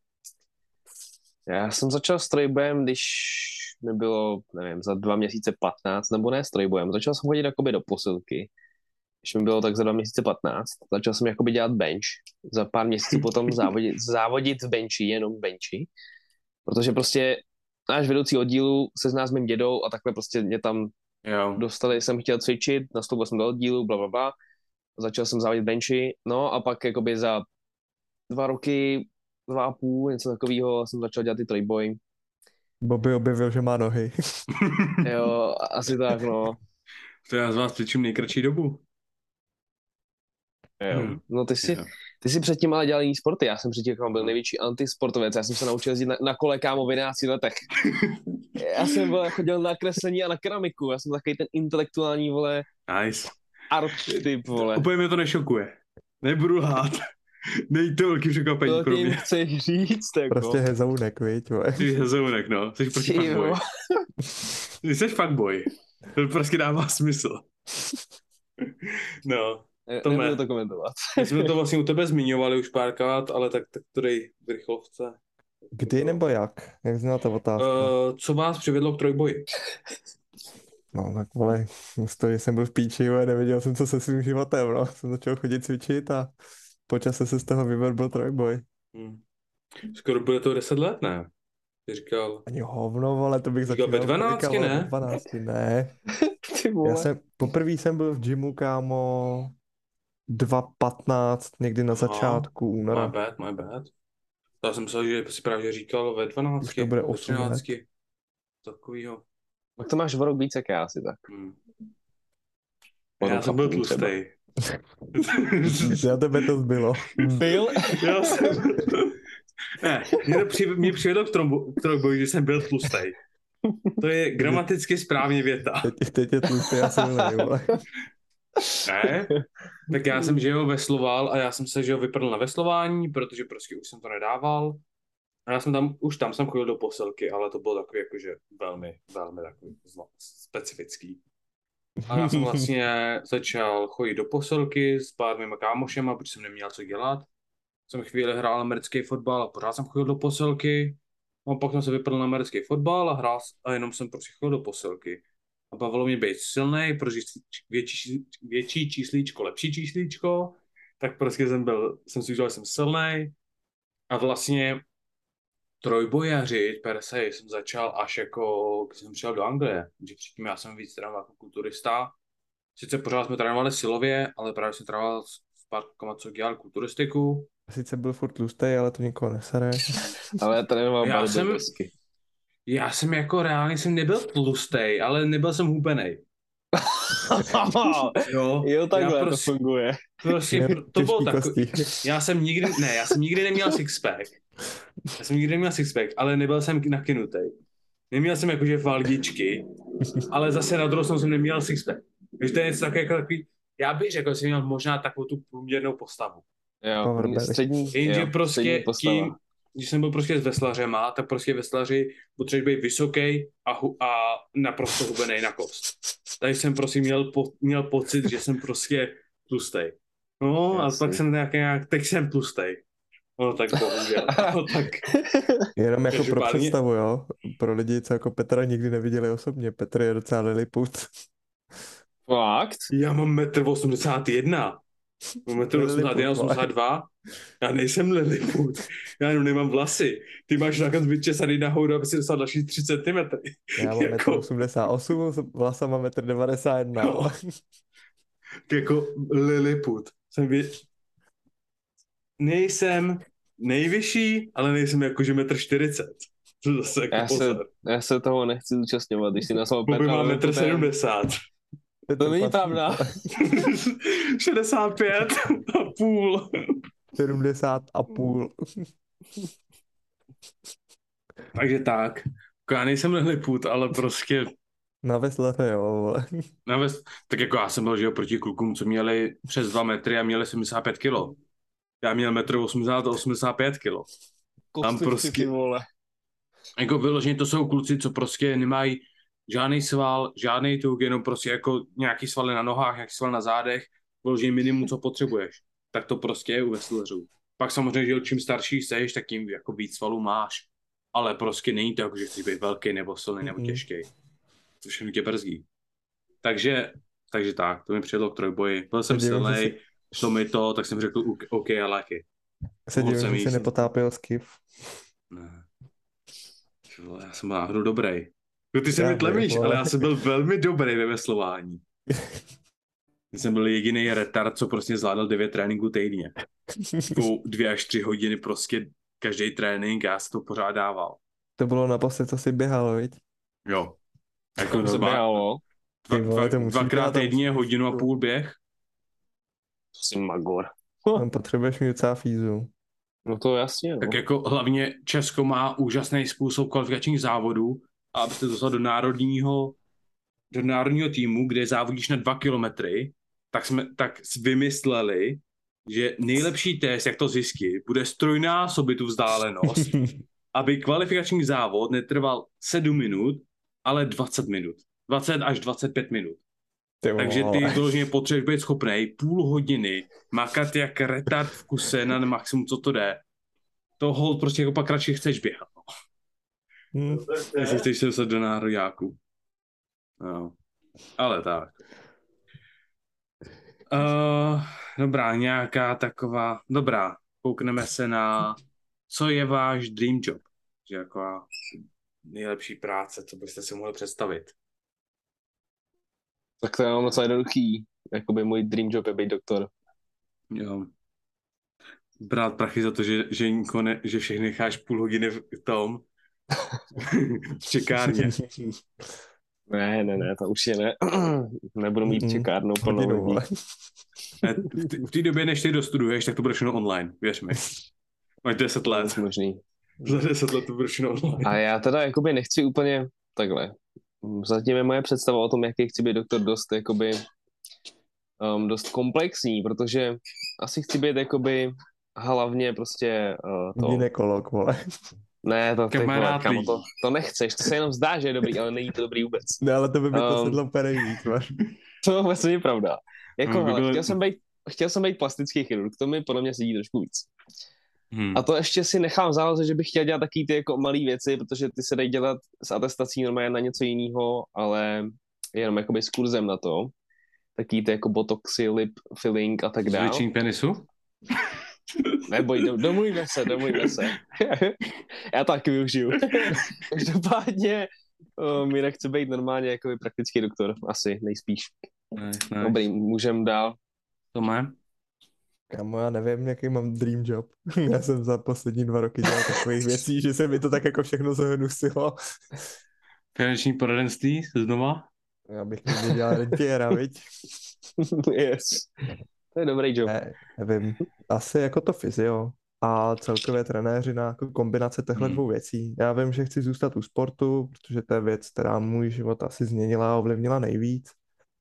[SPEAKER 4] já jsem začal s trojbojem, když mi bylo, nevím, za dva měsíce patnáct, nebo ne s trojbojem, začal jsem chodit jakoby do posilky, když mi bylo tak za dva měsíce patnáct, začal jsem jakoby dělat bench, za pár měsíců potom závodit, závodit v benchi, jenom v benchi, protože prostě náš vedoucí oddílu se zná s mým dědou a takhle prostě mě tam
[SPEAKER 1] Jo.
[SPEAKER 4] dostali, jsem chtěl cvičit, nastoupil jsem do oddílu, bla, bla, bla, začal jsem závodit v benchi, no a pak jakoby za dva roky, dva a půl, něco takového jsem začal dělat ty trojboj.
[SPEAKER 3] Bobby objevil, že má nohy.
[SPEAKER 4] Jo, asi tak, no.
[SPEAKER 1] To já z vás cvičím nejkratší dobu.
[SPEAKER 4] Jo.
[SPEAKER 1] Hmm.
[SPEAKER 4] No ty si,
[SPEAKER 1] Jo.
[SPEAKER 4] ty si předtím ale dělal jiný sporty, já jsem předtím jako byl největší antisportovec, já jsem se naučil jezdit na, na kole, kámo, v jedenácti letech. Já jsem byl, chodil na kreslení a na keramiku, já jsem takový ten intelektuální, vole,
[SPEAKER 1] Nice.
[SPEAKER 4] art typ, vole.
[SPEAKER 1] Úplně mě to nešokuje. Nebudu lhát. Nej to velký překvapení
[SPEAKER 4] To
[SPEAKER 1] pro
[SPEAKER 4] tím
[SPEAKER 1] mě.
[SPEAKER 4] chceš říct, jako.
[SPEAKER 3] Prostě hezounek, viď, vole.
[SPEAKER 1] Ty jsi hezounek, no. Jsi prostě
[SPEAKER 4] Ty
[SPEAKER 1] fuckboy.
[SPEAKER 4] jo.
[SPEAKER 1] Ty jsi fuckboy. To prostě dává smysl. No.
[SPEAKER 4] Ne-
[SPEAKER 1] Tome.
[SPEAKER 4] Nebudu to komentovat.
[SPEAKER 1] My jsme to vlastně u tebe zmiňovali už párkrát, ale tak, tak to dej v rychlovce.
[SPEAKER 3] Kdy nebo jak? Jak zněla ta otázka?
[SPEAKER 1] Uh, co vás přivedlo k trojboji?
[SPEAKER 3] No tak vole, místo, že jsem byl v píči, vole, nevěděl jsem, co se svým životem, no. Jsem začal chodit cvičit a po čase se z toho vyvedl trojboj.
[SPEAKER 1] Hmm. Skoro bude to deset let, ne? Ty říkal.
[SPEAKER 3] Ani hovno, vole, to bych
[SPEAKER 1] Říkal
[SPEAKER 3] začal
[SPEAKER 1] ve dvanácti, ne?
[SPEAKER 3] Ve dvanácti, ne.
[SPEAKER 4] Ty vole.
[SPEAKER 3] Já jsem, poprvé jsem byl v gymu, kámo, dva patnáct, někdy na
[SPEAKER 1] Aha.
[SPEAKER 3] začátku
[SPEAKER 1] My
[SPEAKER 3] února.
[SPEAKER 1] bad, my bad. Já jsem myslel, že si právě říkal ve dvanácti.
[SPEAKER 3] Už to bude
[SPEAKER 1] ve
[SPEAKER 3] osm let.
[SPEAKER 1] třinácti. Takovýho.
[SPEAKER 4] Tak to máš o rok víc, jak já asi tak.
[SPEAKER 1] Hmm.
[SPEAKER 4] O
[SPEAKER 1] Já
[SPEAKER 4] rok
[SPEAKER 1] jsem
[SPEAKER 4] a
[SPEAKER 1] byl
[SPEAKER 4] půl třeba.
[SPEAKER 1] tlustej.
[SPEAKER 3] Na tebe to zbylo.
[SPEAKER 4] Byl?
[SPEAKER 1] Já jsem... Ne, mě, to při, mě přivedlo k trombo- k trojboji, že jsem byl tlustej. To je gramaticky správně věta.
[SPEAKER 3] Teď, teď je tlustý a silnej, vole.
[SPEAKER 1] Ne? Tak já jsem, že jo, vesloval a já jsem se, že jo, vypadl na veslování, protože prostě už jsem to nedával. A já jsem tam, už tam jsem chodil do posilky, ale to bylo takový jakože velmi, velmi takový zlo, specifický. A já jsem vlastně začal chodit do posilky s pár mýma kámošema, protože jsem neměl co dělat. Jsem chvíli hrál americký fotbal a pořád jsem chodil do posilky. A pak jsem se vypadl na americký fotbal a hrál a jenom jsem prostě chodil do posilky. A bavilo mě být silnej, protože větší, větší číslíčko, lepší číslíčko, tak prostě jsem byl, jsem si udělal, že jsem silnej. A vlastně trojbojařit per se jsem začal až jako, když jsem přijel do Anglie, že předtím já jsem víc trénoval jako kulturista. Sice pořád jsme trénovali silově, ale právě jsem trénoval s, s pár klukama, co dělali kulturistiku.
[SPEAKER 3] Sice byl furt tlustej, ale to nikoho nesere.
[SPEAKER 4] Ale já trénoval
[SPEAKER 1] Já
[SPEAKER 4] barbe
[SPEAKER 1] jsem-
[SPEAKER 4] desky.
[SPEAKER 1] Já jsem jako reálně jsem nebyl tlustej, ale nebyl jsem hubenej. Jo,
[SPEAKER 4] Jo, takhle
[SPEAKER 1] já
[SPEAKER 4] to
[SPEAKER 1] prostě,
[SPEAKER 4] funguje.
[SPEAKER 1] prostě
[SPEAKER 3] Měl
[SPEAKER 1] pr- to bylo
[SPEAKER 3] těžký
[SPEAKER 1] takový.
[SPEAKER 3] kosti.
[SPEAKER 1] Já jsem nikdy, ne, já jsem nikdy neměl sixpack. Já jsem nikdy neměl sixpack, ale nebyl jsem nakynutej. Neměl jsem jakože valdičky, ale zase na druhou stranu jsem neměl sixpack. Takže to je něco takový, jako takový, já bych řekl, že jsem měl možná takovou tu průměrnou postavu.
[SPEAKER 4] Jo,
[SPEAKER 3] Power belly.
[SPEAKER 4] střední,
[SPEAKER 1] Jenže
[SPEAKER 4] jo,
[SPEAKER 1] prostě
[SPEAKER 4] střední postava.
[SPEAKER 1] tím, když jsem byl prostě s veslařema, tak prostě veslaři potřebují být vysoký a, hu, a naprosto hubenej na kost. Takže jsem prostě měl, po, měl pocit, že jsem prostě tlustej. No
[SPEAKER 4] Jasný.
[SPEAKER 1] a pak jsem nějak, nějak teď jsem tlustej. No tak bohužel. No tak
[SPEAKER 3] Jenom jako pro
[SPEAKER 1] Každopádně-
[SPEAKER 3] představu, jo. Pro lidi, co jako Petra nikdy neviděli osobně. Petr je docela liliput.
[SPEAKER 4] Fakt?
[SPEAKER 1] já mám metr osmdesát jedna. Mám metr osmdesát jedna, osmdesát dva. Já nejsem Lilliput. Já jenom nemám vlasy. Ty máš takhle vyčesaný nahoru, aby si dostal další tři centimetry.
[SPEAKER 3] Já mám metr
[SPEAKER 1] Jako-
[SPEAKER 3] osmdesát osm, vlasa mám metr devadesát jedna.
[SPEAKER 1] No. Jako Lilliput. Jsem vě... Nejsem nejvyšší, ale nejsem jakože metr čtyřicet. To zase jako
[SPEAKER 4] Já se,
[SPEAKER 1] pozor.
[SPEAKER 4] já se toho nechci zúčastňovat, když si nazval
[SPEAKER 1] Bobby
[SPEAKER 4] Petra.
[SPEAKER 1] má
[SPEAKER 4] ale
[SPEAKER 1] metr
[SPEAKER 4] to je-
[SPEAKER 1] sedmdesát.
[SPEAKER 4] To není pravda.
[SPEAKER 1] šedesát pět a půl.
[SPEAKER 3] sedmdesát a půl.
[SPEAKER 1] Takže tak. Jako já nejsem lilliput, ale prostě
[SPEAKER 3] Na veslete, jo, vole.
[SPEAKER 1] na ves... tak jako já jsem byl, že jo, proti klukům, co měli přes dva metry a měli sedmdesát pět kilo. Já měl metr osmdesát a osmdesát pět kilo.
[SPEAKER 4] Kostlivci,
[SPEAKER 1] prostě-
[SPEAKER 4] ty vole.
[SPEAKER 1] Jako vyloženě to jsou kluci, co prostě nemají žádný sval, žádný tuk, jenom prostě jako nějaký svaly na nohách, nějaký svaly na zádech, vyloženě minimum, co potřebuješ. Tak to prostě je u wrestlerů. Pak samozřejmě, že čím starší seš, tak tím jako víc svalů máš. Ale prostě není to jako, že chceš být velký nebo silný nebo
[SPEAKER 3] Mhm.
[SPEAKER 1] těžký. To všechno tě brzdí. Takže, takže tak, to mi přijedlo k trojboji. Byl jsem
[SPEAKER 3] Se divím, že
[SPEAKER 1] silný, šlo mi to, tak jsem řekl OK, OK I like it.
[SPEAKER 3] Se
[SPEAKER 1] Mohl
[SPEAKER 3] divím,
[SPEAKER 1] jsem
[SPEAKER 3] že si
[SPEAKER 1] jíst.
[SPEAKER 3] nepotápěl skiff.
[SPEAKER 1] Ne. Ty vole, já jsem byl náhodou dobrý. No ty se
[SPEAKER 3] Já
[SPEAKER 1] mi tlemíš,
[SPEAKER 3] vím,
[SPEAKER 1] ale
[SPEAKER 3] ale-
[SPEAKER 1] já jsem byl velmi dobrý ve veslování. Já jsem byl jediný retard, co prostě zvládal devět tréninků týdně. Jako dvě až tři hodiny prostě každý trénink, já si to pořád dával.
[SPEAKER 3] To bylo naposled, co jsi běhal, viď?
[SPEAKER 1] Jo. Jako
[SPEAKER 4] To
[SPEAKER 1] třeba
[SPEAKER 4] běhalo.
[SPEAKER 1] dva,
[SPEAKER 3] Ty vole,
[SPEAKER 1] dva,
[SPEAKER 3] to musíš
[SPEAKER 1] dvakrát
[SPEAKER 3] dát tam-
[SPEAKER 1] týdně, hodinu a půl běh.
[SPEAKER 4] To jsi magor.
[SPEAKER 3] Tam potřebuješ mít docela fízu.
[SPEAKER 4] No to jasně, no.
[SPEAKER 1] Tak jako hlavně Česko má úžasný způsob kvalifikačních závodů a abyste dostal do národního, do národního týmu, kde závodíš na dva kilometry, tak jsme tak vymysleli, že nejlepší test, jak to zjistit, bude strojnásobit tu vzdálenost, aby kvalifikační závod netrval sedm minut, ale dvacet minut. dvacet až dvacet pět minut.
[SPEAKER 3] Ty
[SPEAKER 1] Takže ty
[SPEAKER 3] vole.
[SPEAKER 1] vyloženě potřebuješ být schopnej půl hodiny makat jak retard v kuse na maximum, co to jde. To hold prostě jako pak radši chceš běhat. No.
[SPEAKER 3] Hm.
[SPEAKER 1] Jestli chceš se dostat do nároďáku. No. Ale tak. Uh, dobrá, nějaká taková... Dobrá, koukneme se na... Co je váš dream job? Že jako nejlepší práce, co byste si mohli představit.
[SPEAKER 4] Tak to je mám docela jednoduchý. Jakoby můj dream job je být doktor.
[SPEAKER 1] Jo. Brát prachy za to, že, že, niko ne, že všechny necháš půl hodiny v tom v čekárně.
[SPEAKER 4] Ne, ne, ne, to určitě ne. Nebudu mít
[SPEAKER 3] Mhm.
[SPEAKER 4] čekárnu plnou
[SPEAKER 3] Hodinu,
[SPEAKER 4] lidí.
[SPEAKER 3] vole.
[SPEAKER 1] Ne, v té- v té době, než ty dostuduješ, tak to bude všechno online, věř mi. Máš deset let.
[SPEAKER 4] Možný.
[SPEAKER 1] Za deset let to bude všechno online.
[SPEAKER 4] A já teda jakoby nechci úplně takhle. Zatím je moje představa o tom, jaký chci být doktor, dost jakoby um, dost komplexní, protože asi chci být jakoby hlavně prostě uh, to...
[SPEAKER 3] Gynekolog, vole.
[SPEAKER 4] Ne, to, ty vole,
[SPEAKER 1] Kamarád
[SPEAKER 4] kamo,
[SPEAKER 1] lidí.
[SPEAKER 4] to, to nechceš, to se jenom zdá, že je dobrý, ale není to dobrý vůbec.
[SPEAKER 3] Ne, ale to by mi to
[SPEAKER 4] Um,
[SPEAKER 3] sedlo úplně nejvíc, vole.
[SPEAKER 4] To vůbec není pravda. Jako,
[SPEAKER 1] No, by
[SPEAKER 4] hele,
[SPEAKER 1] bylo-
[SPEAKER 4] chtěl jsem být, chtěl jsem být plastický chirurg, to mi podle mě sedí trošku víc.
[SPEAKER 1] Hmm.
[SPEAKER 4] A to ještě si nechám záležet, že bych chtěl dělat taky ty jako malé věci, protože ty se dají dělat s atestací normálně na něco jiného, ale jenom jakoby s kurzem na to. Taky ty jako botoxy, lip filling a tak dále.
[SPEAKER 1] Zvětšení penisu?
[SPEAKER 4] Neboj, do, domluvíme se, domluvíme se. Já to taky využiju. Každopádně um, jinak chci být normálně jakoby praktický doktor, asi nejspíš.
[SPEAKER 1] Ne, ne.
[SPEAKER 4] Dobrý, můžem dál.
[SPEAKER 1] To má?
[SPEAKER 3] Kámo, já nevím, jaký mám dream job. Já jsem za poslední dva roky dělal takových věcí, že se mi to tak jako všechno zhnusilo.
[SPEAKER 1] Finanční poradenství znova?
[SPEAKER 3] Já bych někdy dělal rentiera, viď?
[SPEAKER 4] Yes. To je dobrý job.
[SPEAKER 3] Ne, nevím. Asi jako to fyzio a celkově trenéři na jako kombinace těchto
[SPEAKER 1] Hmm.
[SPEAKER 3] dvou věcí. Já vím, že chci zůstat u sportu, protože to je věc, která můj život asi změnila a ovlivnila nejvíc.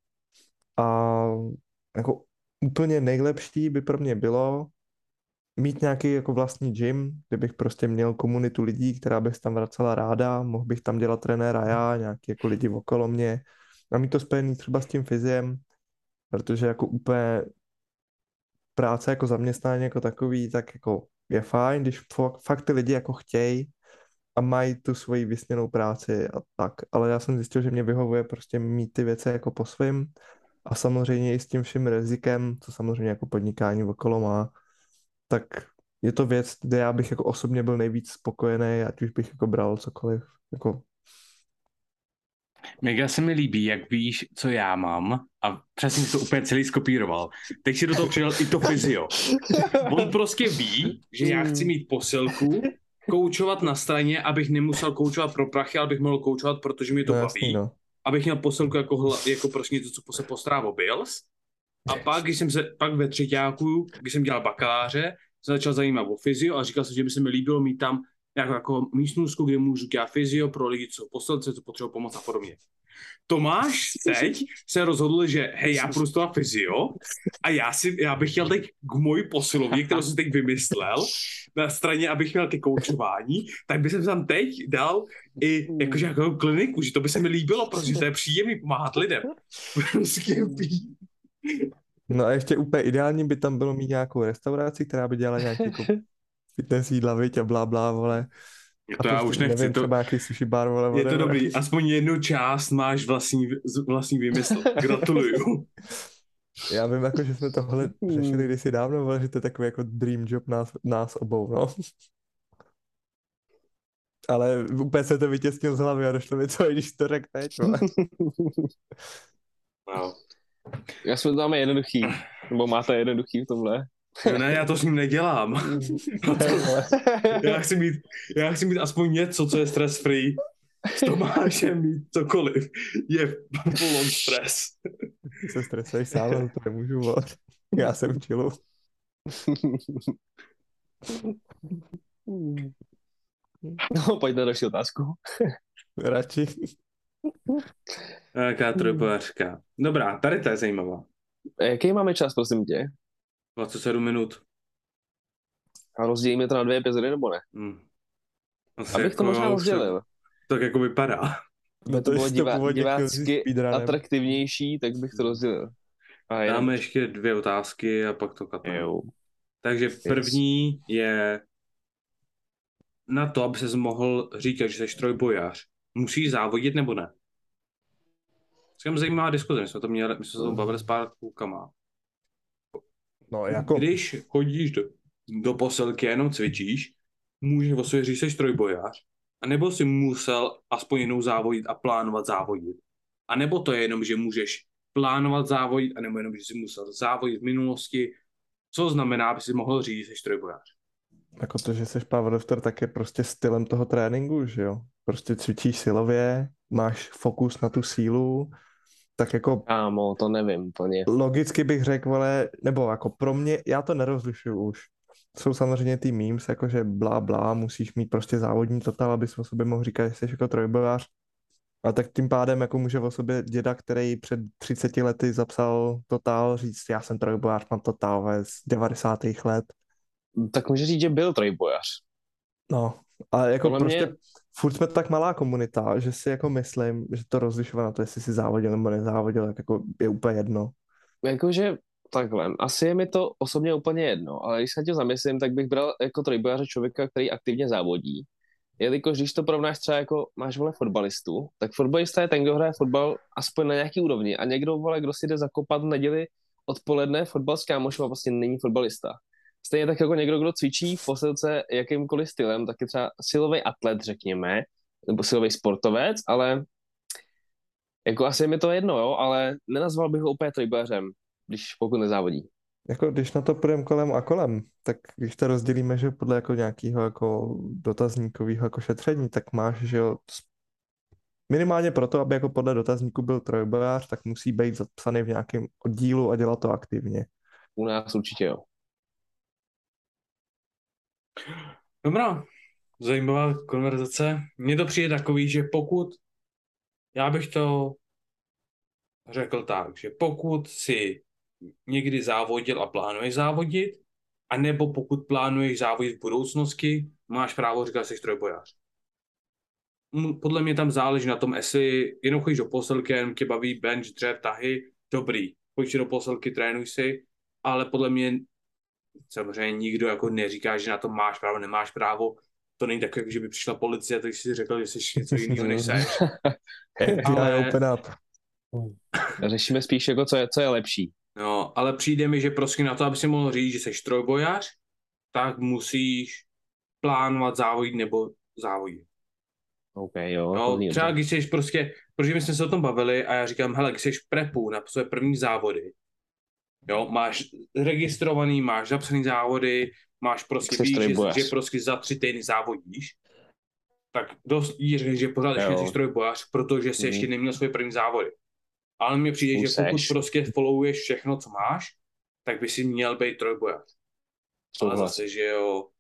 [SPEAKER 3] A jako úplně nejlepší by pro mě bylo mít nějaký jako vlastní gym, kde bych prostě měl komunitu lidí, která bych tam vracela ráda, mohl bych tam dělat trenéra já, nějaký jako lidi okolo mě a mít to spojený třeba s tím fyziem, protože jako úplně práce jako zaměstnání jako takový, tak jako je fajn, když fakt, fakt ty lidi jako chtějí a mají tu svoji vysněnou práci a tak, ale já jsem zjistil, že mě vyhovuje prostě mít ty věci jako po svým a samozřejmě i s tím vším rizikem, co samozřejmě jako podnikání okolo má, tak je to věc, kde já bych jako osobně byl nejvíc spokojený, ať už bych jako bral cokoliv, jako
[SPEAKER 1] Mega se mi líbí, jak víš, co já mám a přesně to úplně celý skopíroval. Teď si do toho přidal i to fyzio. On prostě ví, že já chci mít posilku koučovat na straně, abych nemusel koučovat pro prachy, ale bych mohl koučovat, protože mi to
[SPEAKER 3] No
[SPEAKER 1] baví.
[SPEAKER 3] jasný, no.
[SPEAKER 1] Abych měl posilku jako, hla, jako prostě něco, co se postará o Bills. A pak, když jsem se, pak ve třetíku, když jsem dělal bakaláře, jsem začal zajímat o fyzio a říkal jsem, že by se mi líbilo mít tam nějakou jako místnůzku, kde můžu dělat fyzio pro lidi, co posilce, co potřebují pomoc a podobně. Tomáš teď se rozhodl, že hej, já půjdu studovat fyzio a já, si, já bych chtěl teď k mojí posilovně, kterou jsem teď vymyslel, na straně, abych měl ke koučování, tak bych jsem tam teď dal i jakože jako kliniku, že to by se mi líbilo, protože to je příjemný pomáhat lidem. Skvělý.
[SPEAKER 3] No a ještě úplně ideální by tam bylo mít nějakou restauraci, která by dělala nějaký jako fitness jídla, viď, a blá, blá, vole. A
[SPEAKER 1] To já
[SPEAKER 3] prostě,
[SPEAKER 1] už nechci.
[SPEAKER 3] nevím,
[SPEAKER 1] To,
[SPEAKER 3] třeba nějaký sushi bar, vole,
[SPEAKER 1] je to
[SPEAKER 3] whatever.
[SPEAKER 1] dobrý. Aspoň jednu část máš vlastní, vlastní vymysl. Gratuluju.
[SPEAKER 3] Já vím, jako, že jsme tohle řešili kdysi dávno, vole, že to je takový jako dream job nás, nás obou, no. Ale úplně se to vytěsnil z hlavy a došlo mi to, když to řekl teď, vole.
[SPEAKER 1] Wow.
[SPEAKER 4] Já jsme to máme jednoduchý. Nebo máte jednoduchý v tomhle.
[SPEAKER 1] No ne, já to s ním nedělám. já, chci mít, já chci mít aspoň něco, co je stress free. S Tomášem mít cokoliv. Je full on stres.
[SPEAKER 3] Ty se stresuješ sám, ale to nemůžu, vole. Já jsem chillu.
[SPEAKER 4] No, pojď na další otázku.
[SPEAKER 3] Radši.
[SPEAKER 1] Jaká trojbojařka. Dobrá, tady to je zajímavá.
[SPEAKER 4] Jaký máme čas, prosím tě?
[SPEAKER 1] dvacet sedm minut.
[SPEAKER 4] A rozdělíme to na dvě epizody, nebo ne?
[SPEAKER 1] Hmm. Asi
[SPEAKER 4] Abych to
[SPEAKER 1] jako
[SPEAKER 4] možná
[SPEAKER 1] už
[SPEAKER 4] rozdělil.
[SPEAKER 1] Tak jako vypadá.
[SPEAKER 4] Aby to bylo
[SPEAKER 3] jsi
[SPEAKER 4] divá,
[SPEAKER 3] původně chtěl
[SPEAKER 4] divácky
[SPEAKER 3] říct speedrunem.
[SPEAKER 4] atraktivnější, tak bych to rozdělil. A jenom-
[SPEAKER 1] Dáme ještě dvě otázky a pak to katneme.
[SPEAKER 4] Jo.
[SPEAKER 1] Takže první je na to, aby ses mohl říkat, že jsi trojbojař. Musíš závodit nebo ne? Jsem zajímavá diskuze, my jsme to měli, my jsme se to bavili s pár klukama.
[SPEAKER 3] No jako,
[SPEAKER 1] Když chodíš do, do posilky a jenom cvičíš, můžeš o sobě říct, že jsi trojbojař, a nebo si musel aspoň jednou závodit a plánovat závodit. A nebo to je jenom, že můžeš plánovat závodit, a nebo jenom, že jsi musel závodit v minulosti. Co znamená, aby si mohl říct, že jsi trojbojař?
[SPEAKER 3] jako to, že jsi powerlifter, tak je prostě stylem toho tréninku, že jo? Prostě cvičíš silově, máš fokus na tu sílu, tak jako
[SPEAKER 4] Kámo, to nevím úplně.
[SPEAKER 3] logicky bych řekl, ale, nebo jako pro mě, já to nerozlišuju už. Jsou samozřejmě ty memes, jakože blá, blá, musíš mít prostě závodní total, abys o sobě mohl říkat, že jsi jako trojbojař. A tak tím pádem jako může o sobě děda, který před třiceti lety zapsal total, říct, já jsem trojbojař, mám total z devadesátých let.
[SPEAKER 4] Tak může říct, že byl trojbojař.
[SPEAKER 3] No, a jako
[SPEAKER 4] Podle
[SPEAKER 3] prostě
[SPEAKER 4] mě-
[SPEAKER 3] furt jsme tak malá komunita, že si jako myslím, že to rozlišovat na to, jestli si závodil nebo nezávodil, tak jako je úplně jedno.
[SPEAKER 4] Jakože takhle, asi je mi to osobně úplně jedno, ale když se na tím zamyslím, tak bych bral jako trojbojaře člověka, který aktivně závodí. Jelikož když to porovnáš třeba jako máš vole fotbalistu, tak fotbalista je ten, kdo hraje fotbal aspoň na nějaký úrovni a někdo vole, kdo si jde zakopat v neděli odpoledne fotbal s kámošem a vlastně není fotbalista. Stejně tak jako někdo, kdo cvičí v posilce jakýmkoliv stylem, tak je třeba silový atlet, řekněme, nebo silový sportovec, ale jako asi je mi to jedno, jo, ale nenazval bych ho úplně trojbojařem, když pokud nezávodí.
[SPEAKER 3] Jako když na to půjdeme kolem a kolem, tak když to rozdělíme, že podle jako nějakého jako dotazníkového jako šetření, tak máš, že jo, s- minimálně proto, aby jako podle dotazníku byl trojbojář, tak musí být zapsaný v nějakém oddílu a dělat to aktivně.
[SPEAKER 4] U nás určitě jo.
[SPEAKER 1] Dobrá, zajímavá konverzace. Mně to přijde takový, že pokud, já bych to řekl tak, že pokud si někdy závodil a plánuješ závodit, a nebo pokud plánuješ závodit v budoucnosti, máš právo říkat, že jsi trojbojař. M- Podle mě tam záleží na tom, jestli jenom chodíš do posilky, jenom tě baví bench, dřep, tahy, dobrý. Chodíš do posilky, trénuj si, ale podle mě samozřejmě nikdo jako neříká, že na to máš právo, nemáš právo. To není tak, že by přišla policie, tak si řekl, že jsi něco jiného než seš.
[SPEAKER 3] Ale...
[SPEAKER 1] Ale-
[SPEAKER 3] open up.
[SPEAKER 4] Řešíme spíš jako co je, co je lepší.
[SPEAKER 1] No, ale přijde mi, že prostě na to, aby si mohl říct, že jsi trojbojař, tak musíš plánovat závodit nebo závodit.
[SPEAKER 4] OK, jo. to
[SPEAKER 1] No,
[SPEAKER 4] zní
[SPEAKER 1] třeba
[SPEAKER 4] dobře.
[SPEAKER 1] když jsi prostě, protože my jsme se o tom bavili a já říkám, hele, když jsi v prepu na své první závody, jo, máš registrovaný, máš zapsaný závody, máš prostě,
[SPEAKER 4] Jsi
[SPEAKER 1] víš, že,
[SPEAKER 4] strojbojař.
[SPEAKER 1] že prostě za tři týdny závodíš, tak dost jí řekne, že pořád ještě
[SPEAKER 4] Jo.
[SPEAKER 1] jsi strojbojař, protože jsi
[SPEAKER 4] Mhm.
[SPEAKER 1] ještě neměl svoje první závody. Ale mně přijde,
[SPEAKER 4] Už
[SPEAKER 1] že pokud
[SPEAKER 4] seš.
[SPEAKER 1] prostě followuješ všechno, co máš, tak by si měl být trojbojař. Ale
[SPEAKER 4] Souhlas.
[SPEAKER 1] zase, že jo,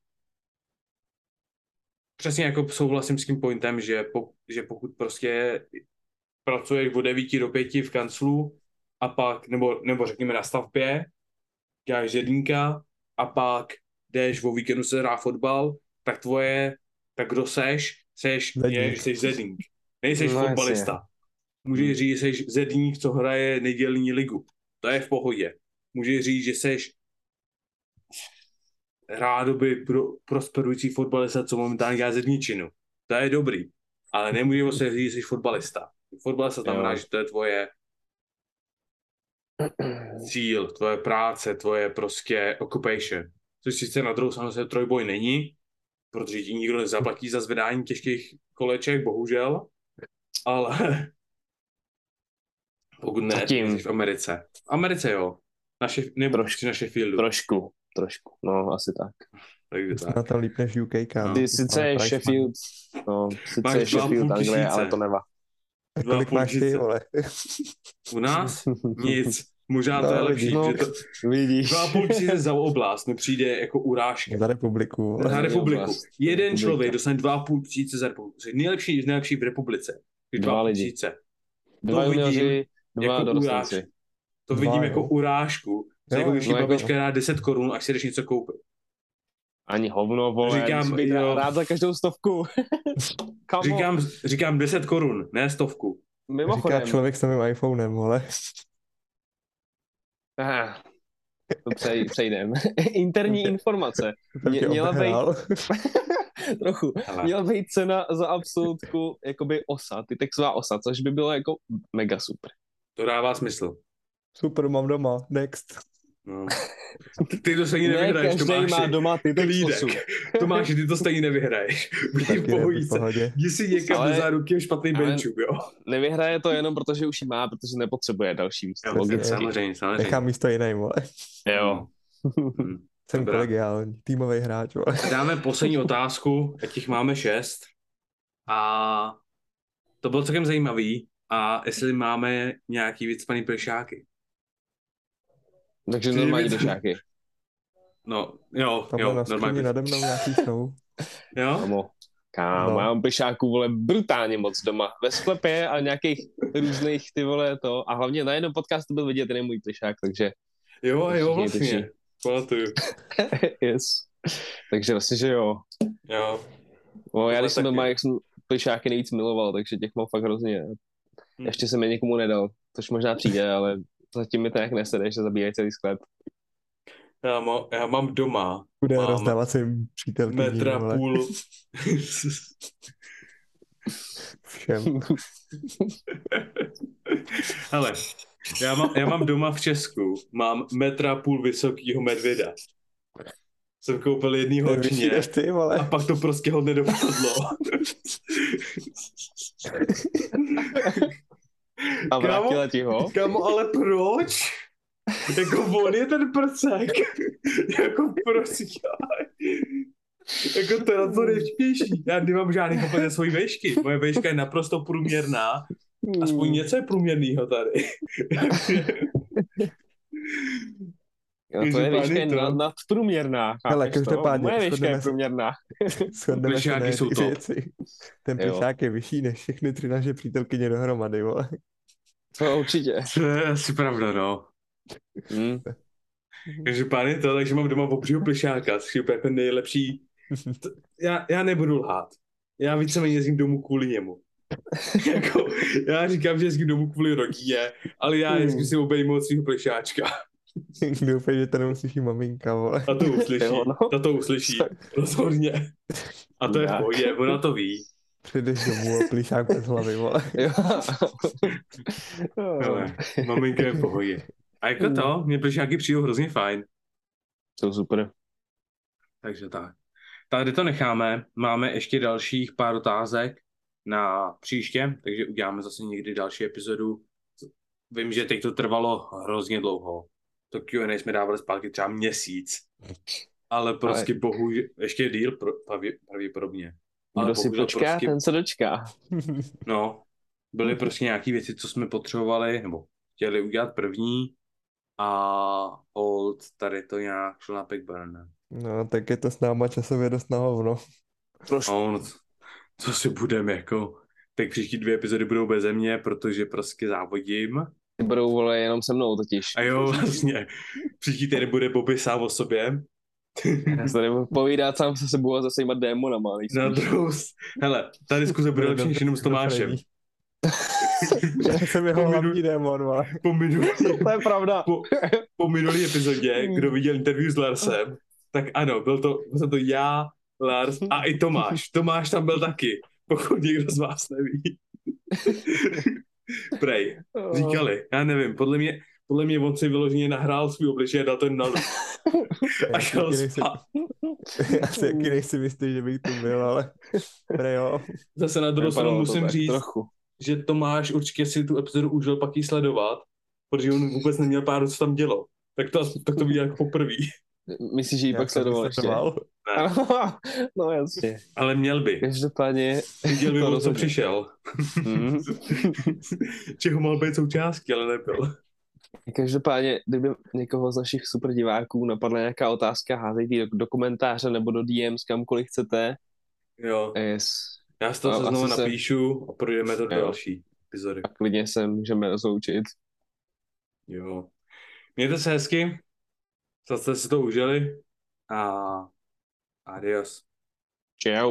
[SPEAKER 1] přesně jako souhlasím s tím pointem, že, po, že pokud prostě pracuješ od devíti do pěti v kanclu a pak, nebo, nebo řekněme na stavbě, děláš zedníka a pak jdeš o víkendu se hrát fotbal, tak tvoje, tak kdo seš, seš, je,
[SPEAKER 3] Zedník.
[SPEAKER 1] že jsi zedník. Nejseš
[SPEAKER 4] No,
[SPEAKER 1] fotbalista. Můžeš říct, že jsi zedník, co hraje nedělní ligu. To je v pohodě. Můžeš říct, že seš rádoby pro, prosperující fotbalista, co momentálně dělá zedničinu. To je dobrý. Ale nemůžeš se říct, že jsi fotbalista. Fotbalista znamená,
[SPEAKER 4] Jo.
[SPEAKER 1] že to je tvoje cíl, tvoje práce, tvoje prostě occupation. Což sice na druhou stranu se trojboj není, protože ti nikdo nezaplatí za zvedání těžkých koleček, bohužel. Ale pokud ne,
[SPEAKER 4] Zatím.
[SPEAKER 1] jsi v Americe. V Americe jo. Naše, nebo
[SPEAKER 4] Trošku.
[SPEAKER 1] na Sheffieldu.
[SPEAKER 4] Trošku, trošku, no asi tak.
[SPEAKER 1] Takže
[SPEAKER 3] Jsme na
[SPEAKER 1] tak.
[SPEAKER 3] tom líp než U K, kámo.
[SPEAKER 4] Ty sice je
[SPEAKER 3] Máme price
[SPEAKER 4] Sheffield, no, sice
[SPEAKER 1] Máš
[SPEAKER 4] je
[SPEAKER 1] dva a půl
[SPEAKER 4] Sheffield Anglie,
[SPEAKER 1] tisíce.
[SPEAKER 4] ale to nevá.
[SPEAKER 3] money.
[SPEAKER 1] dva a
[SPEAKER 3] Kolik
[SPEAKER 1] půl
[SPEAKER 3] máš ty,
[SPEAKER 1] tisíce.
[SPEAKER 3] vole?
[SPEAKER 1] U nás nic. Možná to
[SPEAKER 3] No,
[SPEAKER 1] je lepší.
[SPEAKER 3] vidíš.
[SPEAKER 1] No, to,
[SPEAKER 4] Vidíš.
[SPEAKER 1] dva a půl tisíce za oblast mi přijde jako urážka.
[SPEAKER 3] Za republiku. vole.
[SPEAKER 1] Za republiku.
[SPEAKER 4] oblast.
[SPEAKER 1] Jeden
[SPEAKER 4] Republika.
[SPEAKER 1] člověk dostane dva a půl tisíce za republiku. Což je nejlepší, nejlepší v republice.
[SPEAKER 4] Dva
[SPEAKER 1] Dva a půl
[SPEAKER 4] lidi.
[SPEAKER 1] tisíce.
[SPEAKER 4] Dva
[SPEAKER 1] to vidím
[SPEAKER 4] junioři, dva
[SPEAKER 1] jako
[SPEAKER 4] dorostenci.
[SPEAKER 1] urážku. To
[SPEAKER 3] Dva,
[SPEAKER 1] vidím
[SPEAKER 3] jo.
[SPEAKER 1] jako urážku. Co
[SPEAKER 3] Jo,
[SPEAKER 1] jako když
[SPEAKER 3] jo.
[SPEAKER 1] ti
[SPEAKER 4] No,
[SPEAKER 1] babička
[SPEAKER 4] jako-
[SPEAKER 1] dá deset korun, až si jdeš něco koupit.
[SPEAKER 4] Ani hovno, vole,
[SPEAKER 1] Říkám,
[SPEAKER 4] musí být
[SPEAKER 1] jo.
[SPEAKER 4] rád za každou stovku. Kamo,
[SPEAKER 1] Říkám, říkám deset korun, ne stovku.
[SPEAKER 4] mimochodem.
[SPEAKER 3] Říká člověk s novým iPhonem, vole.
[SPEAKER 4] Aha, to přej, přejdem. Interní informace.
[SPEAKER 3] Jsem
[SPEAKER 4] Mě-
[SPEAKER 3] tě
[SPEAKER 4] měla být-
[SPEAKER 3] obhrál.
[SPEAKER 4] Trochu.
[SPEAKER 1] Hele.
[SPEAKER 4] Měla být cena za absolutku jakoby osa, ty textová osa, což by bylo jako mega super.
[SPEAKER 1] To dává smysl.
[SPEAKER 3] Super, mám doma. Next.
[SPEAKER 1] No. Ty to stejně
[SPEAKER 4] Ne
[SPEAKER 1] nevyhraješ,
[SPEAKER 4] každý
[SPEAKER 1] Tomáši.
[SPEAKER 4] má doma ty
[SPEAKER 1] Klídek.
[SPEAKER 4] osu.
[SPEAKER 1] Tomáši, ty to stejně nevyhraješ. Buď
[SPEAKER 3] Taky
[SPEAKER 1] v
[SPEAKER 3] ne, v
[SPEAKER 1] pohodě.
[SPEAKER 3] pohodě.
[SPEAKER 1] Jdi si někam
[SPEAKER 4] Ale-
[SPEAKER 1] do záruky v špatný
[SPEAKER 4] ale-
[SPEAKER 1] benčuk, jo?
[SPEAKER 4] Nevyhraje to jenom proto, že už ji má, protože nepotřebuje další místo.
[SPEAKER 1] Jo,
[SPEAKER 4] Logicky.
[SPEAKER 1] samozřejmě, samozřejmě.
[SPEAKER 3] Nechám místo jiný, vole.
[SPEAKER 4] Jo.
[SPEAKER 1] Hm.
[SPEAKER 3] Jsem
[SPEAKER 1] Dobrá.
[SPEAKER 3] kolegiální, týmový hráč, vole.
[SPEAKER 1] Dáme poslední otázku, ať těch máme šest. A to bylo celkem zajímavý. A jestli máme nějaký vycpaný plišáky.
[SPEAKER 4] Takže
[SPEAKER 1] Ty
[SPEAKER 4] normální
[SPEAKER 1] věc-
[SPEAKER 4] dešáky.
[SPEAKER 1] No, jo,
[SPEAKER 3] Tam
[SPEAKER 1] jo,
[SPEAKER 3] na skříni
[SPEAKER 1] normálně.
[SPEAKER 3] nade mnou nějaký jsou.
[SPEAKER 1] Jo?
[SPEAKER 4] Kamo. Kámo,
[SPEAKER 3] No.
[SPEAKER 4] já mám pešáků, vole, brutálně moc doma. Ve sklepě a nějakých různých, ty vole, to. A hlavně na jednom podcastu byl vidět jeden můj pešák, takže
[SPEAKER 1] Jo, jo,
[SPEAKER 4] Všichni
[SPEAKER 1] vlastně.
[SPEAKER 4] teší.
[SPEAKER 1] Pamatuju.
[SPEAKER 4] yes. Takže vlastně, že jo.
[SPEAKER 1] Jo.
[SPEAKER 4] O, já
[SPEAKER 1] Tohle
[SPEAKER 4] když jsem
[SPEAKER 1] taky.
[SPEAKER 4] doma, jak jsem pešáky nejvíc miloval, takže těch mám fakt hrozně.
[SPEAKER 1] Hm.
[SPEAKER 4] Ještě jsem je někomu nedal, což možná přijde, ale zatím mi to jak nesede, že zabíjají celý sklep.
[SPEAKER 1] Já, má, já mám doma
[SPEAKER 3] Bude
[SPEAKER 1] Mám
[SPEAKER 3] rozdávat svým přítelkyním,
[SPEAKER 1] metra
[SPEAKER 3] vole.
[SPEAKER 1] půl.
[SPEAKER 3] Všem.
[SPEAKER 1] Hele, já mám, já mám doma v Česku, mám metra půl vysokýho medvěda. Jsem koupil
[SPEAKER 3] To
[SPEAKER 1] jednýho
[SPEAKER 3] je vyšší
[SPEAKER 1] ročně
[SPEAKER 3] než ty,
[SPEAKER 1] a
[SPEAKER 3] vole.
[SPEAKER 1] pak to prostě hodně dopadlo.
[SPEAKER 4] A vrátila ti ho?
[SPEAKER 1] Kámo, ale proč? Jako on je ten prcek. Jako prosím. Jako to je na to nejvtipnější. Já nemám žádný komplet svojí vejšky. Moje vejška je naprosto průměrná. Aspoň něco je průměrnýho tady.
[SPEAKER 4] Jo, to je
[SPEAKER 1] Každopádně
[SPEAKER 4] výška
[SPEAKER 1] to-
[SPEAKER 4] nad, nadprůměrná.
[SPEAKER 3] Hele,
[SPEAKER 4] chápeš to?
[SPEAKER 3] každopádně,
[SPEAKER 4] Moje výška je
[SPEAKER 3] shodneme se-
[SPEAKER 4] průměrná.
[SPEAKER 3] Shodneme se
[SPEAKER 1] Plišáky
[SPEAKER 3] na
[SPEAKER 1] jsou
[SPEAKER 3] jedné
[SPEAKER 1] top.
[SPEAKER 3] věci. Ten
[SPEAKER 4] Jo.
[SPEAKER 3] plišák je vyšší než všechny tři naše přítelkyně dohromady, vole.
[SPEAKER 4] To určitě.
[SPEAKER 1] To je asi pravda, no.
[SPEAKER 4] Hm.
[SPEAKER 1] Každopádně to, takže mám doma obřího plišáka, což je úplně jako nejlepší. To, já, já nebudu lhát. Já víceméně jezdím domů kvůli němu. Jako, já říkám, že jezdím domů kvůli rodině, ale já jezdím si obejmu od svého plišáčka.
[SPEAKER 3] Doufej, že to neuslyší maminka, vole.
[SPEAKER 1] A to uslyší.
[SPEAKER 4] Jo, no.
[SPEAKER 1] Ta to uslyší. Rozhodně. A to je v
[SPEAKER 4] Tak.
[SPEAKER 1] pohodě, ona to ví.
[SPEAKER 3] Přijdeš domů a plišák bez hlavy, vole.
[SPEAKER 4] Jo.
[SPEAKER 1] Hele, maminka je v pohodě. A jako to, mě plišáky přijdou hrozně fajn.
[SPEAKER 4] Jsou super.
[SPEAKER 1] Takže tak. Tady to necháme. Máme ještě dalších pár otázek na příště, takže uděláme zase někdy další epizodu. Vím, že teď to trvalo hrozně dlouho. To Q and A jsme dávali zpátky třeba měsíc. ale prostě ale... bohužel, ještě díl pro, pravě, pravděpodobně. Ale
[SPEAKER 4] Kdo si
[SPEAKER 1] bohužel
[SPEAKER 4] počká,
[SPEAKER 1] prostě,
[SPEAKER 4] ten se dočká.
[SPEAKER 1] no, byly prostě nějaké věci, co jsme potřebovali, nebo chtěli udělat první a hold, tady to nějak šlo na backburner.
[SPEAKER 3] No, tak je to s náma časově dost na hovno.
[SPEAKER 4] Trošku.
[SPEAKER 1] No, no, co si budeme, jako, tak příští dvě epizody budou beze mě, protože prostě závodím.
[SPEAKER 4] Ty budou, vole, jenom se mnou totiž.
[SPEAKER 1] A jo, vlastně, příští týden bude Bobby sám o sobě.
[SPEAKER 4] Já se tady budu povídat sám se sebou a zase jímat démonama.
[SPEAKER 1] Na druhou, hele, ta diskuze bude lepší než jenom s Tomášem.
[SPEAKER 3] Já jsem jeho hlavní démon, vole.
[SPEAKER 1] Po minulý,
[SPEAKER 4] To je pravda.
[SPEAKER 1] po, po minulý epizodě, kdo viděl interview s Larsem, tak ano, byl to, byl to já, Lars a i Tomáš. Tomáš tam byl taky, pokud někdo z vás neví. Prej, říkali, já nevím, podle mě, podle mě on si vyloženě nahrál svůj obličej a dal to na luk. A šel spát.
[SPEAKER 3] Asi jaký nejsi jistý, že bych tu byl, ale prej jo.
[SPEAKER 1] Zase na druhou stranu musím říct,
[SPEAKER 4] trochu.
[SPEAKER 1] že Tomáš určitě si tu epizodu užil pak ji sledovat, protože on vůbec neměl pár, co tam dělo. Tak to, tak to viděl jako poprvý.
[SPEAKER 4] Myslíš, že ji pak sledoval ještě?
[SPEAKER 1] Ne.
[SPEAKER 4] No jasně.
[SPEAKER 1] Ale měl by.
[SPEAKER 4] Každopádně...
[SPEAKER 1] Viděl by, o co přišel.
[SPEAKER 4] Mm.
[SPEAKER 1] Čeho mohl být součástí, ale nebyl.
[SPEAKER 4] Každopádně, kdyby někoho z našich super diváků napadla nějaká otázka, házejte ji do, do komentáře nebo do D Ms, kamkoliv chcete.
[SPEAKER 1] Jo.
[SPEAKER 4] Yes.
[SPEAKER 1] Já z toho
[SPEAKER 4] A
[SPEAKER 1] se znovu
[SPEAKER 4] asi
[SPEAKER 1] napíšu a projdeme to do
[SPEAKER 4] Jo.
[SPEAKER 1] další epizody.
[SPEAKER 4] A klidně se můžeme rozloučit.
[SPEAKER 1] Jo. Mějte se hezky, snad jste si to užili a adios.
[SPEAKER 4] Čau.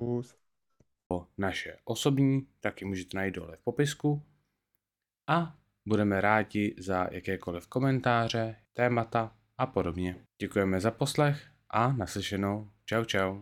[SPEAKER 1] Naše osobní taky můžete najít dole v popisku a budeme rádi za jakékoliv komentáře, témata a podobně. Děkujeme za poslech a naslyšenou. Čau čau.